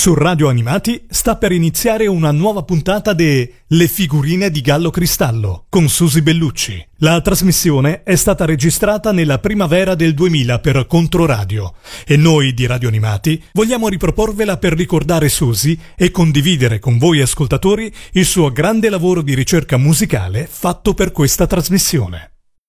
Su Radio Animati sta per iniziare una nuova puntata de Le figurine di Gallo Cristallo con Susi Bellucci. La trasmissione è stata registrata nella primavera del 2000 per Controradio e noi di Radio Animati vogliamo riproporvela per ricordare Susi e condividere con voi ascoltatori il suo grande lavoro di ricerca musicale fatto per questa trasmissione.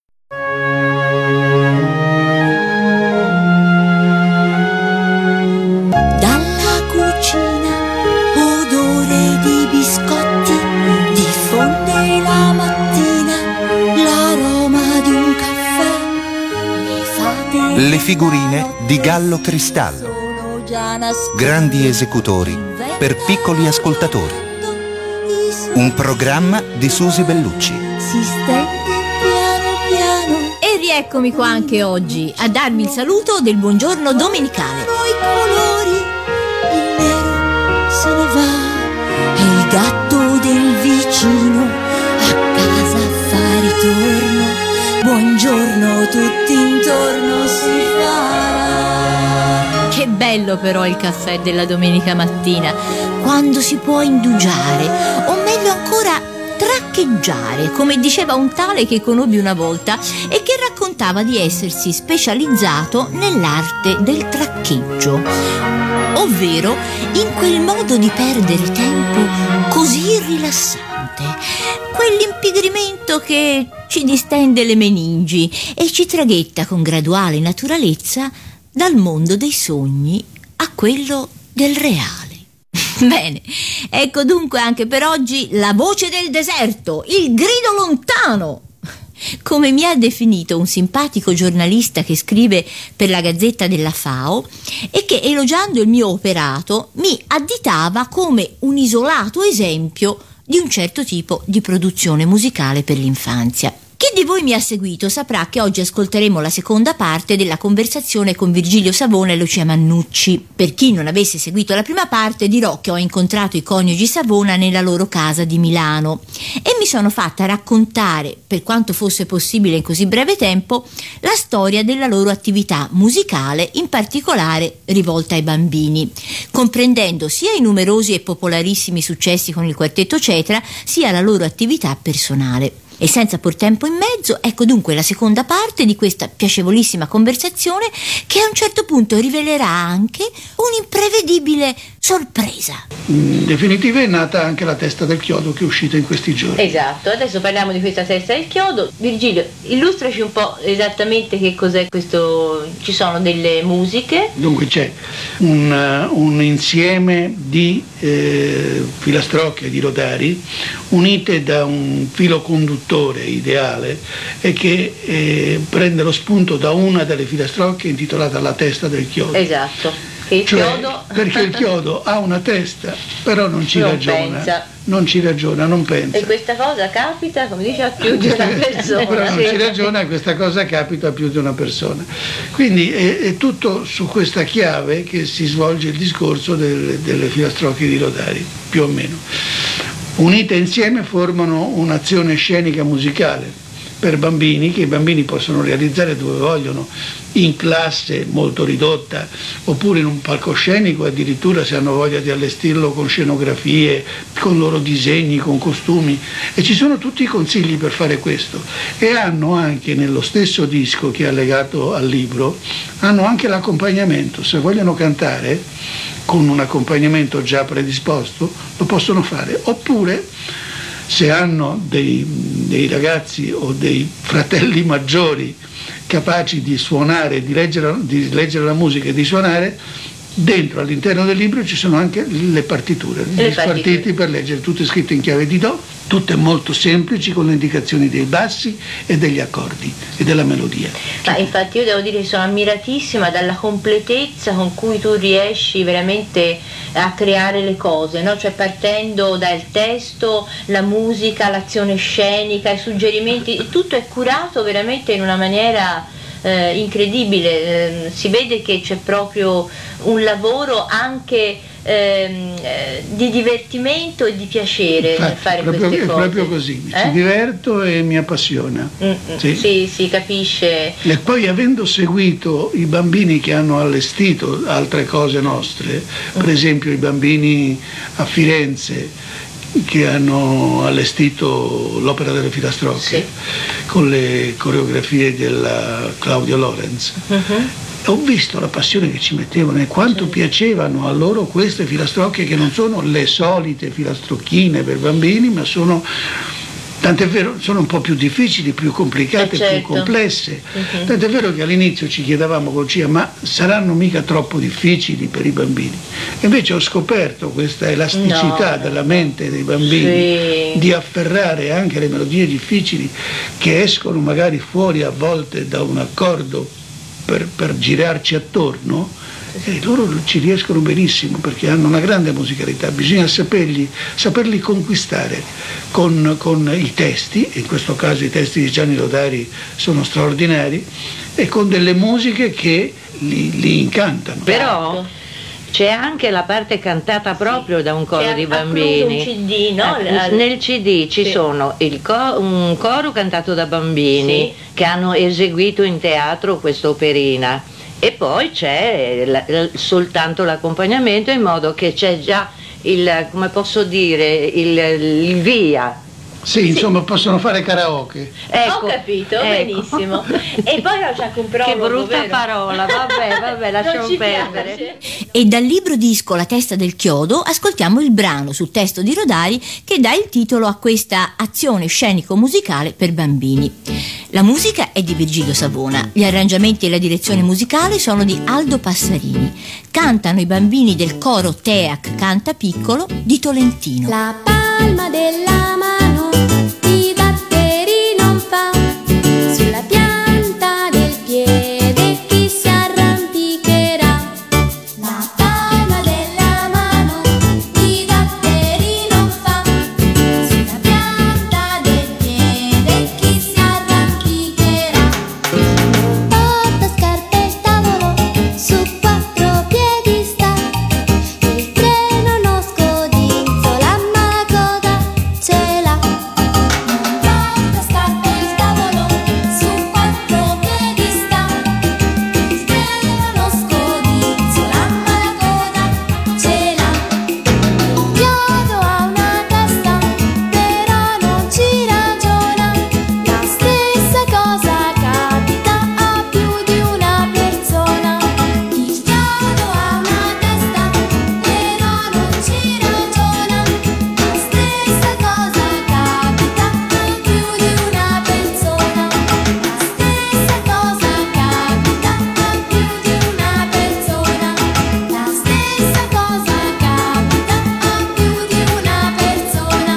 Le figurine di Gallo Cristallo. Grandi esecutori per piccoli ascoltatori. Un programma di Susi Bellucci. E rieccomi qua anche oggi a darvi il saluto del buongiorno domenicale. I colori, il nero se ne va e il gatto del vicino a casa fa ritorno. Buongiorno, tutti intorno si farà. Che bello però il caffè della domenica mattina, quando si può indugiare, o meglio ancora traccheggiare, come diceva un tale che conobbi una volta e che raccontava di essersi specializzato nell'arte del traccheggio, ovvero in quel modo di perdere tempo così rilassante, quell'impigrimento che ci distende le meningi e ci traghetta con graduale naturalezza dal mondo dei sogni a quello del reale. Bene, ecco dunque anche per oggi la voce del deserto, il grido lontano, come mi ha definito un simpatico giornalista che scrive per la Gazzetta della FAO e che, elogiando il mio operato, mi additava come un isolato esempio di un certo tipo di produzione musicale per l'infanzia. Chi di voi mi ha seguito saprà che oggi ascolteremo la seconda parte della conversazione con Virgilio Savona e Lucia Mannucci. Per chi non avesse seguito la prima parte, dirò che ho incontrato i coniugi Savona nella loro casa di Milano e mi sono fatta raccontare, per quanto fosse possibile in così breve tempo, la storia della loro attività musicale, in particolare rivolta ai bambini, comprendendo sia i numerosi e popolarissimi successi con il quartetto Cetra, sia la loro attività personale. E senza por tempo in mezzo, ecco dunque la seconda parte di questa piacevolissima conversazione che a un certo punto rivelerà anche un'imprevedibile sorpresa. In definitiva è nata anche la Testa del Chiodo che è uscita in questi giorni. Esatto, adesso parliamo di questa Testa del Chiodo. Virgilio, illustraci un po' esattamente che cos'è questo. Ci sono delle musiche. Dunque c'è un insieme di filastrocche di rodari unite da un filo conduttore ideale e che prende lo spunto da una delle filastrocche intitolata La Testa del Chiodo. Esatto. Il chiodo... Perché il chiodo ha una testa, però non ragiona. Non ci ragiona, non pensa. E questa cosa capita, come dice, a più di una persona. Però non ci ragiona, questa cosa capita a più di una persona. Quindi è tutto su questa chiave che si svolge il discorso delle filastrocche di rodari, più o meno. Unite insieme formano un'azione scenica musicale per bambini, che i bambini possono realizzare dove vogliono, in classe molto ridotta, oppure in un palcoscenico, addirittura se hanno voglia di allestirlo con scenografie, con loro disegni, con costumi, e ci sono tutti i consigli per fare questo. E hanno anche nello stesso disco che è allegato al libro, hanno anche l'accompagnamento. Se vogliono cantare con un accompagnamento già predisposto, lo possono fare, oppure se hanno dei ragazzi o dei fratelli maggiori capaci di suonare, di leggere la musica e di suonare, dentro all'interno del libro ci sono anche le partiture, gli spartiti per leggere, tutte scritte in chiave di do, tutte molto semplici con le indicazioni dei bassi e degli accordi e della melodia. Ma infatti io devo dire che sono ammiratissima dalla completezza con cui tu riesci veramente a creare le cose, no? Cioè partendo dal testo, la musica, l'azione scenica, i suggerimenti, tutto è curato veramente in una maniera incredibile, si vede che c'è proprio un lavoro anche di divertimento e di piacere nel fare queste cose. È proprio così, ci diverto e mi appassiona. Sì, si capisce. E poi, avendo seguito i bambini che hanno allestito altre cose nostre, per esempio i bambini a Firenze che hanno allestito l'Opera delle Filastrocche con le coreografie della Claudio Lorenz, ho visto la passione che ci mettevano e quanto piacevano a loro queste filastrocche, che non sono le solite filastrocchine per bambini, ma sono, tant'è vero, sono un po' più difficili, più complicate, più complesse. Tant'è vero che all'inizio ci chiedevamo con Cia, ma saranno mica troppo difficili per i bambini? E invece ho scoperto questa elasticità della mente dei bambini di afferrare anche le melodie difficili che escono magari fuori a volte da un accordo per girarci attorno, e loro ci riescono benissimo perché hanno una grande musicalità. Bisogna saperli conquistare con i testi, in questo caso i testi di Gianni Rodari sono straordinari, e con delle musiche che li incantano. Però c'è anche la parte cantata proprio da un coro di bambini. Un CD, no? Nel CD ci sono un coro cantato da bambini che hanno eseguito in teatro questa operina, e poi c'è soltanto l'accompagnamento, in modo che c'è già come posso dire, il via. Sì, insomma, possono fare karaoke. Ho capito, benissimo. E poi c'è anche un prologo. Che brutta parola, vabbè, lasciamo perdere. Piace. E dal libro disco La testa del chiodo ascoltiamo il brano su testo di Rodari che dà il titolo a questa azione scenico-musicale per bambini. La musica è di Virgilio Savona, gli arrangiamenti e la direzione musicale sono di Aldo Passarini. Cantano i bambini del coro Teac Canta Piccolo di Tolentino. La palma della mano i batteri non fa, sulla pianta del piede chi si arrampicherà. La palma della mano i batteri non fa, sulla pianta del piede chi si arrampicherà. Porta scarpe e tavolo, su quattro piedi sta, il treno lo scodinzola ma coda ce l'ha. Porta scarpe e tavolo, su quattro piedi sta, il treno lo scodinzola ma la coda ce l'ha. Il chiodo ha una testa, però non ci ragiona, la stessa cosa capita a più di una persona. Il chiodo ha una testa, però non ci ragiona, la stessa cosa capita a più di una persona. La stessa cosa capita a più di una persona. La stessa cosa capita a più di una persona.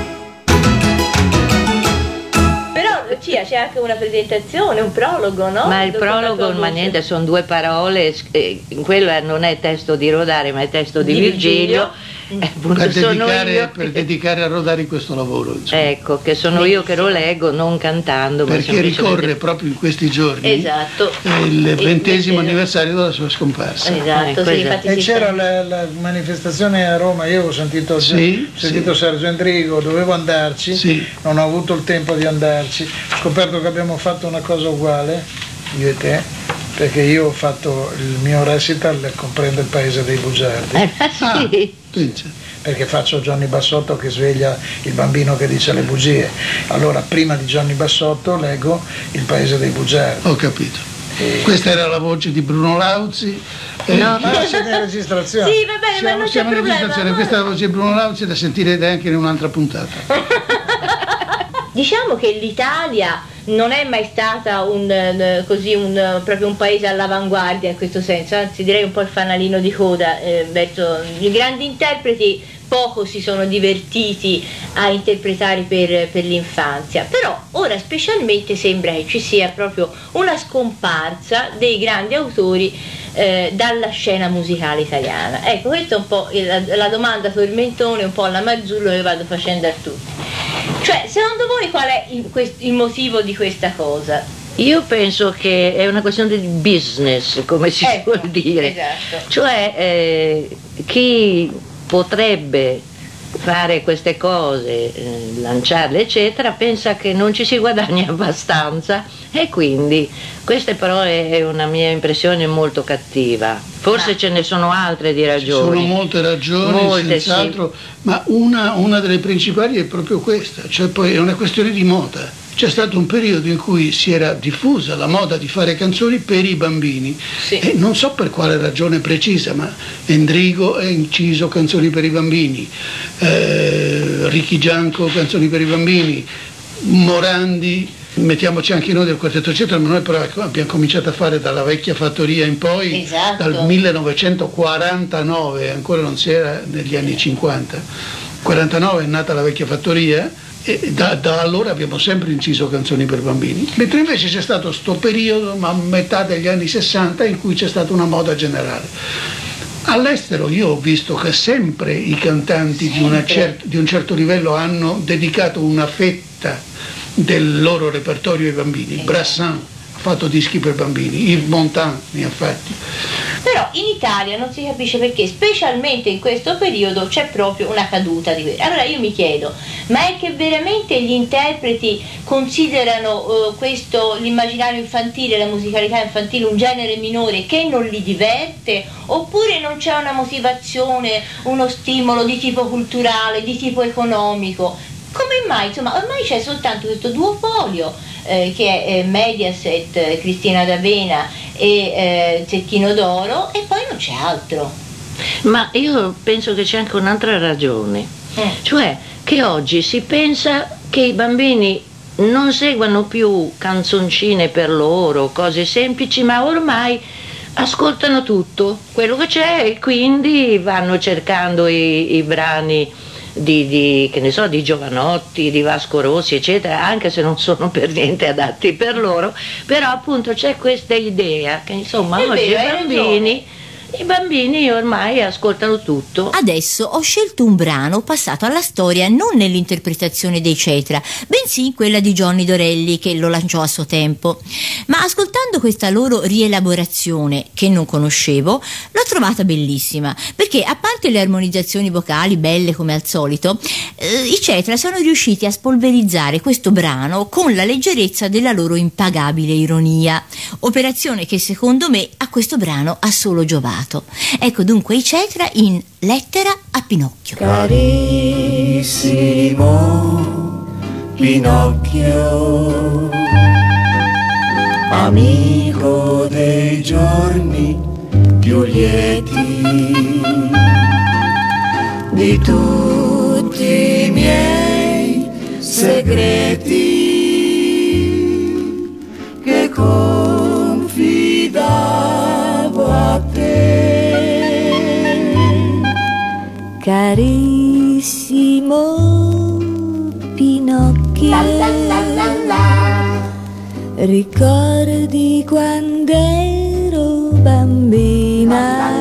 Però c'è anche una presentazione, un prologo, no? Ma il Dopo la prologo, tua ma voce. niente, sono due parole, quello non è testo di Rodari, ma è testo di Virgilio. Appunto, Per dedicare a Rodari questo lavoro, insomma. Ecco, che sono io che lo leggo, non cantando, ma Perché semplicemente- ricorre proprio in questi giorni Esatto. il 20° Invece- anniversario della sua scomparsa. Esatto, sì, infatti E si c'era la manifestazione a Roma, io ho sentito Sergio Endrigo, dovevo andarci, Sì. non ho avuto il tempo di andarci, ho scoperto che abbiamo fatto una cosa uguale, io e te, perché io ho fatto il mio recital, comprende il paese dei bugiardi, sì. Pensa. perché faccio Johnny Bassotto che sveglia il bambino che dice le bugie. Allora prima di Johnny Bassotto leggo il paese dei bugiardi. Ho capito. Questa era la voce di Bruno Lauzi. Ma siamo in registrazione. Sì, va bene, ma non c'è Siamo in problema. registrazione. Questa è la voce di Bruno Lauzi, da sentirete anche in un'altra puntata. Diciamo che l'Italia non è mai stata proprio un paese all'avanguardia in questo senso, anzi direi un po' il fanalino di coda verso i grandi interpreti. Poco si sono divertiti a interpretare per l'infanzia, però ora specialmente sembra che ci sia proprio una scomparsa dei grandi autori dalla scena musicale italiana. Ecco, questa è un po' la domanda tormentone, un po' alla Mazzullo che vado facendo a tutti. Cioè, secondo voi qual è il motivo di questa cosa? Io penso che è una questione di business, come si suol dire. Esatto. Cioè chi potrebbe fare queste cose, lanciarle eccetera, pensa che non ci si guadagni abbastanza, e quindi questa però è una mia impressione molto cattiva. Forse ce ne sono altre di ragioni. Ci sono molte ragioni, senz'altro, sì. Ma una delle principali è proprio questa, cioè poi è una questione di moda. C'è stato un periodo in cui si era diffusa la moda di fare canzoni per i bambini, sì. E non so per quale ragione precisa, ma Endrigo ha inciso canzoni per i bambini, Ricky Gianco canzoni per i bambini, Morandi, mettiamoci anche noi del quartetto eccetera, ma noi però abbiamo cominciato a fare dalla vecchia fattoria in poi, esatto. Dal 1949, ancora non si era negli anni 50, 49 è nata la vecchia fattoria, e da allora abbiamo sempre inciso canzoni per bambini, mentre invece c'è stato sto periodo, ma a metà degli anni 60, in cui c'è stata una moda generale. All'estero io ho visto che sempre i cantanti di un certo livello hanno dedicato una fetta del loro repertorio ai bambini. Brassens ha fatfatto dischi per bambini, Yves Montand ne ha fatti. Però in Italia non si capisce perché, specialmente in questo periodo, c'è proprio una caduta di questo. Allora io mi chiedo, ma è che veramente gli interpreti considerano l'immaginario infantile, la musicalità infantile un genere minore che non li diverte, oppure non c'è una motivazione, uno stimolo di tipo culturale, di tipo economico? Come mai? Insomma, ormai c'è soltanto questo duopolio che è Mediaset, Cristina D'Avena e Zecchino d'Oro, e poi non c'è altro. Ma io penso che c'è anche un'altra ragione, cioè che oggi si pensa che i bambini non seguano più canzoncine per loro, cose semplici, ma ormai ascoltano tutto quello che c'è, e quindi vanno cercando i brani che ne so, di Giovanotti, di Vasco Rossi eccetera, anche se non sono per niente adatti per loro, però appunto c'è questa idea che insomma oggi i bambini ormai ascoltano tutto. Adesso ho scelto un brano passato alla storia non nell'interpretazione dei Cetra, bensì in quella di Johnny Dorelli, che lo lanciò a suo tempo. Ma ascoltando questa loro rielaborazione, che non conoscevo, l'ho trovata bellissima, perché a parte le armonizzazioni vocali belle come al solito, i Cetra sono riusciti a spolverizzare questo brano con la leggerezza della loro impagabile ironia, operazione che secondo me a questo brano ha solo giovato. Ecco dunque i Cetra in Lettera a Pinocchio. Carissimo Pinocchio, amico dei giorni più lieti, di tutti i miei segreti che confidavo a te. Carissimo Pinocchio, ricordi quando ero bambina,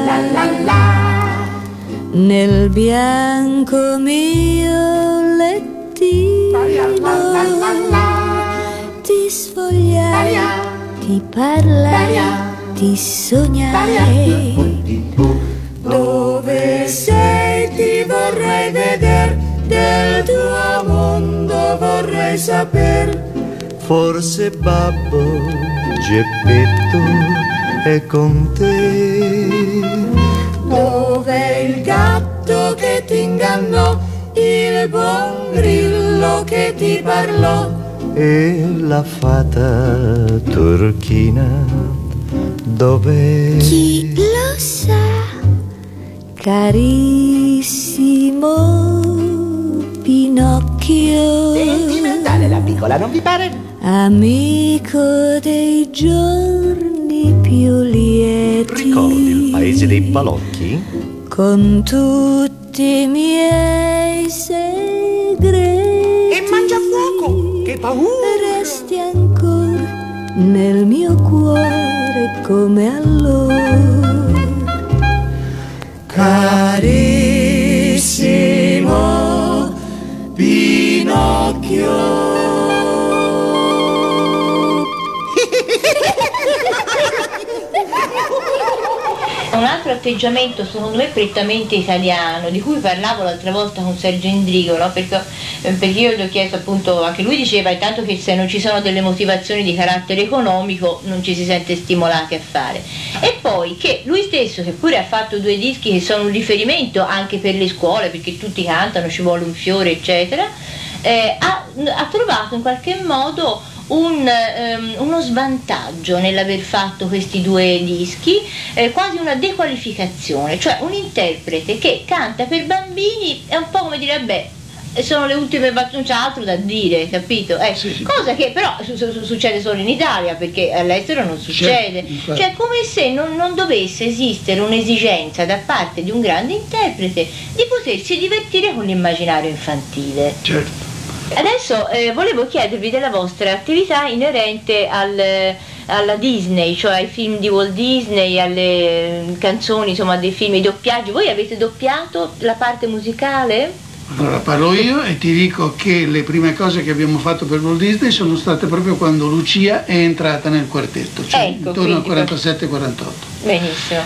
nel bianco mio lettino ti sfogliai, ti parlai, ti sognai. Dove sei ti vorrei vedere, del tuo mondo vorrei saper. Forse babbo Geppetto è con te. Dov'è il gatto che ti ingannò, il buon grillo che ti parlò, e la fata turchina dov'è? Chi lo sa? Carissimo Pinocchio, sentimentale la piccola, non vi pare? Amico dei giorni più lieti, Ricordi il paese dei balocchi? Con tutti i miei segreti, E Mangiafuoco, che paura! resti ancora nel mio cuore come allora. Carissimo Pinocchio. Un'altra altro atteggiamento secondo me prettamente italiano, di cui parlavo l'altra volta con Sergio Endrigo, no? Perché io gli ho chiesto, appunto, anche lui diceva intanto che se non ci sono delle motivazioni di carattere economico non ci si sente stimolati a fare, e poi che lui stesso, che pure ha fatto 2 dischi che sono un riferimento anche per le scuole, perché tutti cantano, ci vuole un fiore eccetera, ha trovato in qualche modo uno svantaggio nell'aver fatto questi 2 dischi, quasi una dequalificazione, cioè un interprete che canta per bambini è un po' come dire vabbè, sono le ultime battute, non c'è altro da dire, capito? Sì. Cosa che però succede solo in Italia, perché all'estero non succede, cioè come se non dovesse esistere un'esigenza da parte di un grande interprete di potersi divertire con l'immaginario infantile. Certo. Adesso volevo chiedervi della vostra attività inerente alla Disney, cioè ai film di Walt Disney, alle canzoni, insomma, dei film, i doppiaggi. Voi avete doppiato la parte musicale? Allora parlo io e ti dico che le prime cose che abbiamo fatto per Walt Disney sono state proprio quando Lucia è entrata nel quartetto, cioè intorno al 47-48. Benissimo.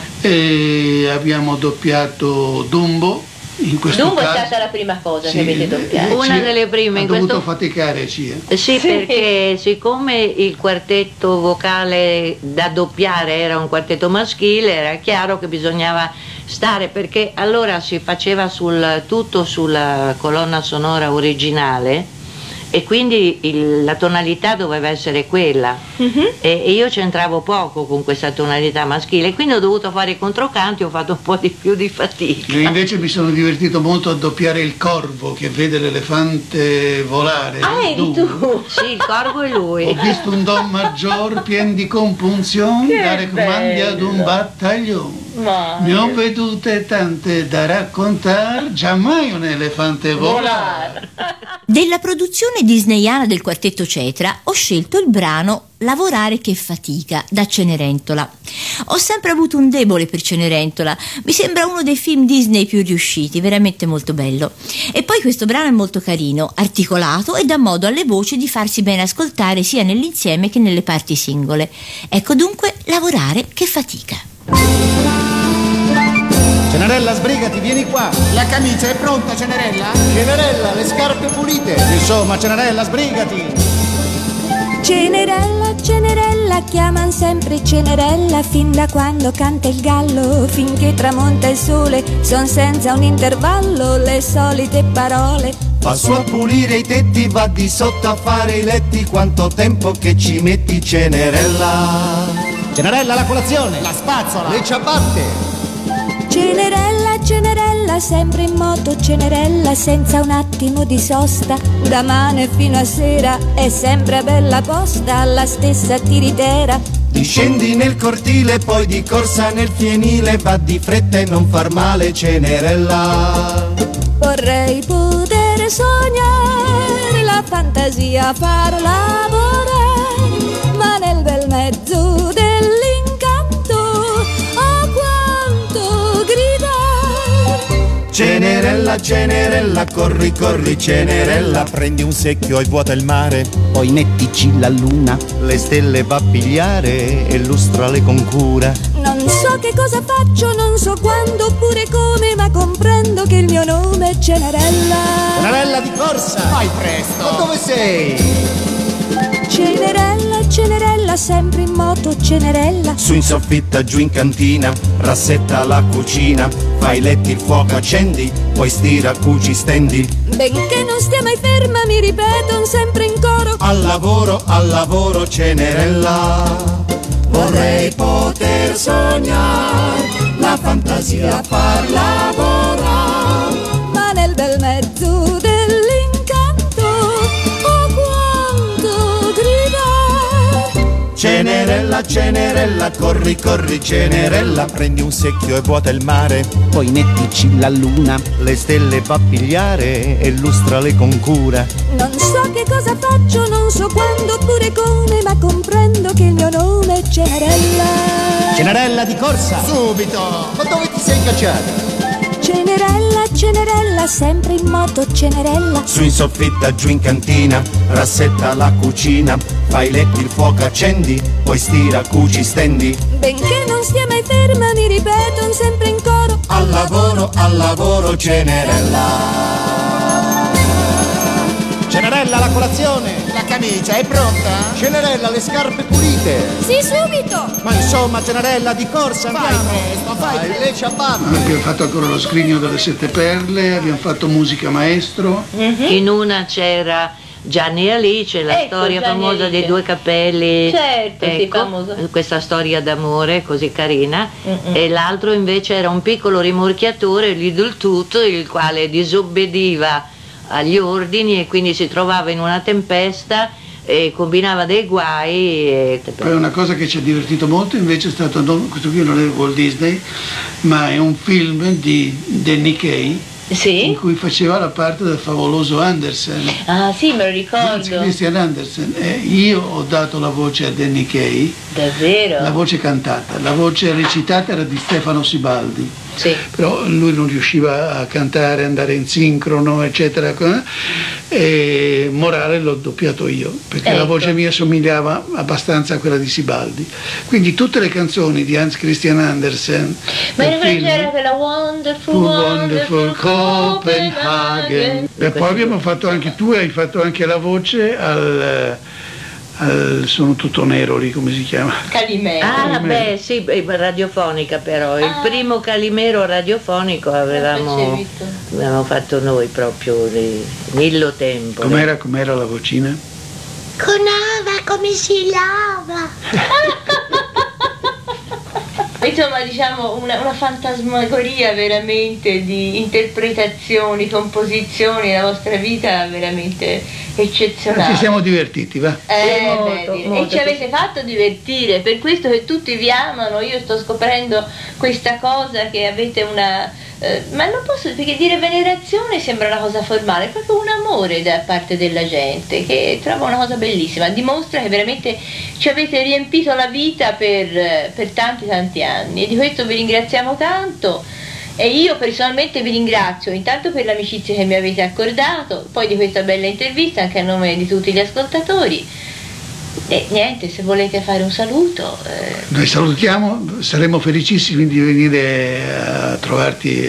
E abbiamo doppiato Dumbo. Dumbo è stata la prima cosa che avete doppiato. Una delle prime. Ha dovuto faticare Cia. Sì, perché siccome il quartetto vocale da doppiare era un quartetto maschile, era chiaro che bisognava stare, perché allora si faceva tutto sulla colonna sonora originale e quindi la tonalità doveva essere quella, e io c'entravo poco con questa tonalità maschile, quindi ho dovuto fare i controcanti, ho fatto un po' di più di fatica. Io invece mi sono divertito molto a doppiare il corvo che vede l'elefante volare. Eri tu? Sì, il corvo è lui. Ho visto un don maggior pien di compunzione dare comandi ad un battaglione. Ne ho vedute tante da raccontare, giammai un elefante volare. Della produzione disneyana del quartetto Cetra ho scelto il brano Lavorare che fatica da Cenerentola. Ho sempre avuto un debole per Cenerentola, mi sembra uno dei film Disney più riusciti, veramente molto bello. E poi questo brano è molto carino, articolato e dà modo alle voci di farsi bene ascoltare sia nell'insieme che nelle parti singole. Ecco dunque Lavorare che fatica. Cenerella, sbrigati, vieni qua. La camicia è pronta, Cenerella? Cenerella, le scarpe pulite. Insomma, Cenerella, sbrigati. Cenerella, Cenerella, chiaman sempre Cenerella fin da quando canta il gallo, finché tramonta il sole, son senza un intervallo le solite parole. Va su a pulire i tetti, va di sotto a fare i letti, quanto tempo che ci metti, Cenerella? Cenerella, la colazione. La spazzola. Le ciabatte. Cenerella, Cenerella, sempre in moto Cenerella, senza un attimo di sosta, da mane fino a sera è sempre a bella posta, alla stessa tiritera. Discendi nel cortile, poi di corsa nel fienile, va di fretta e non far male, Cenerella. Vorrei poter sognare, la fantasia far lavorare, ma nel bel mezzo dell'incanto oh quanto gridare. Cenerella, Cenerella, corri, corri, Cenerella, prendi un secchio e vuota il mare, Poi mettici la luna. le stelle va a pigliare e lustrale con cura. Non so che cosa faccio, non so quando oppure come, ma comprendo che il mio nome è Cenerella. Cenerella di corsa. Fai presto. Ma dove sei? Cenerella, Cenerella, sempre in moto Cenerella. Su in soffitta, giù in cantina, rassetta la cucina, fai letti, il fuoco accendi, poi stira, cuci, stendi. Benché non stia mai ferma, mi ripetono sempre in coro. Al lavoro, Cenerella. Vorrei poter sognare, la fantasia far lavorare, Ma nel bel mezzo dell'incanto oh quanto gridare. Cenerella, Cenerella, corri, corri, Cenerella, prendi un secchio e vuota il mare, Poi mettici la luna. le stelle va a pigliare e lustrale con cura. Non so che cosa faccio, non so quando oppure come, ma comprendo che il mio nome è Cenerella. Cenerella di corsa. Subito. Ma dove ti sei cacciata? Cenerella, Cenerella, Cenerella, sempre in moto Cenerella. Su in soffitta, giù in cantina, rassetta la cucina, fai letti, il fuoco accendi, poi stira, cuci, stendi. Benché non stia mai ferma, mi ripetono sempre in coro: al lavoro Cenerella. Cenerella, la colazione! La camicia è pronta? Cenerella, le scarpe pulite! Sì, subito! Ma insomma, Cenerella, di corsa andiamo! Fai le ciabatte! Abbiamo fatto ancora lo scrigno delle 7 perle, abbiamo fatto musica maestro. In una c'era Gianni e Alice, la storia Gianni famosa Alice. dei due capelli. Certo, sì, ecco, famosa. questa storia d'amore così carina. E l'altro invece era un piccolo rimorchiatore, Lidl Tut, il quale disobbediva agli ordini e quindi si trovava in una tempesta e combinava dei guai. Poi una cosa che ci ha divertito molto invece è stato, questo qui non è Walt Disney, ma è un film di Danny Kaye, in cui faceva la parte del favoloso Andersen. Ah sì, me lo ricordo. Christian Andersen. Io ho dato la voce a Danny Kaye. Davvero? La voce cantata, la voce recitata era di Stefano Sibaldi. Sì. Però lui non riusciva a cantare, andare in sincrono, eccetera. E Morale l'ho doppiato io, perché la voce mia somigliava abbastanza a quella di Sibaldi. Quindi tutte le canzoni di Hans Christian Andersen. Ma del film, c'era quella Wonderful, Wonderful Copenhagen. E poi abbiamo fatto anche, tu hai fatto anche la voce al Sono tutto nero lì, come si chiama? Calimero. Ah beh sì, radiofonica però, il primo Calimero radiofonico avevamo fatto noi proprio Nillo Tempo. Com'era la vocina? Conava come si lava. Insomma, diciamo una fantasmagoria veramente di interpretazioni, composizioni, la vostra vita veramente eccezionale. Ci siamo divertiti, va? E ci avete fatto divertire, per questo che tutti vi amano. Io sto scoprendo questa cosa che avete una... ma non posso, perché dire venerazione sembra una cosa formale, è proprio un amore da parte della gente, che trovo una cosa bellissima, dimostra che veramente ci avete riempito la vita per tanti anni, e di questo vi ringraziamo tanto. E io personalmente vi ringrazio intanto per l'amicizia che mi avete accordato, poi di questa bella intervista anche a nome di tutti gli ascoltatori. E niente, se volete fare un saluto. Noi salutiamo, saremo felicissimi di venire a trovarti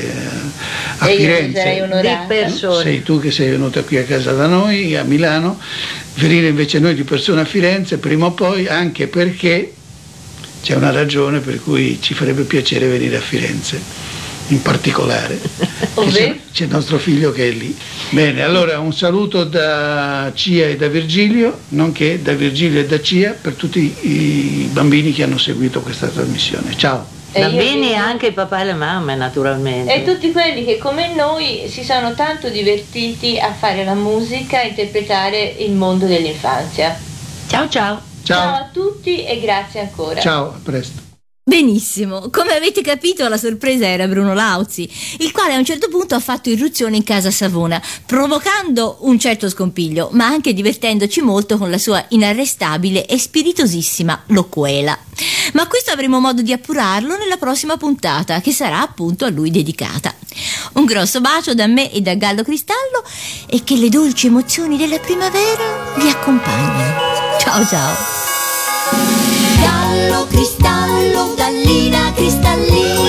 a Firenze. Sarei onorata. Sei tu che sei venuta qui a casa da noi, a Milano, venire invece noi di persona a Firenze prima o poi, anche perché c'è una ragione per cui ci farebbe piacere venire a Firenze. In particolare c'è il nostro figlio che è lì. Bene, allora un saluto da Cia e da Virgilio, nonché da Virgilio e da Cia, per tutti i bambini che hanno seguito questa trasmissione. Ciao. Bambini e anche il papà e le mamme, naturalmente. E tutti quelli che come noi si sono tanto divertiti a fare la musica, a interpretare il mondo dell'infanzia. Ciao ciao. Ciao a tutti e grazie ancora. Ciao, a presto. Benissimo, come avete capito la sorpresa era Bruno Lauzi, il quale a un certo punto ha fatto irruzione in casa Savona, provocando un certo scompiglio, ma anche divertendoci molto con la sua inarrestabile e spiritosissima loquela. Ma questo avremo modo di appurarlo nella prossima puntata, che sarà appunto a lui dedicata. Un grosso bacio da me e da Gallo Cristallo, e che le dolci emozioni della primavera vi accompagnino. Ciao ciao. Gallo cristallo, gallina cristallina.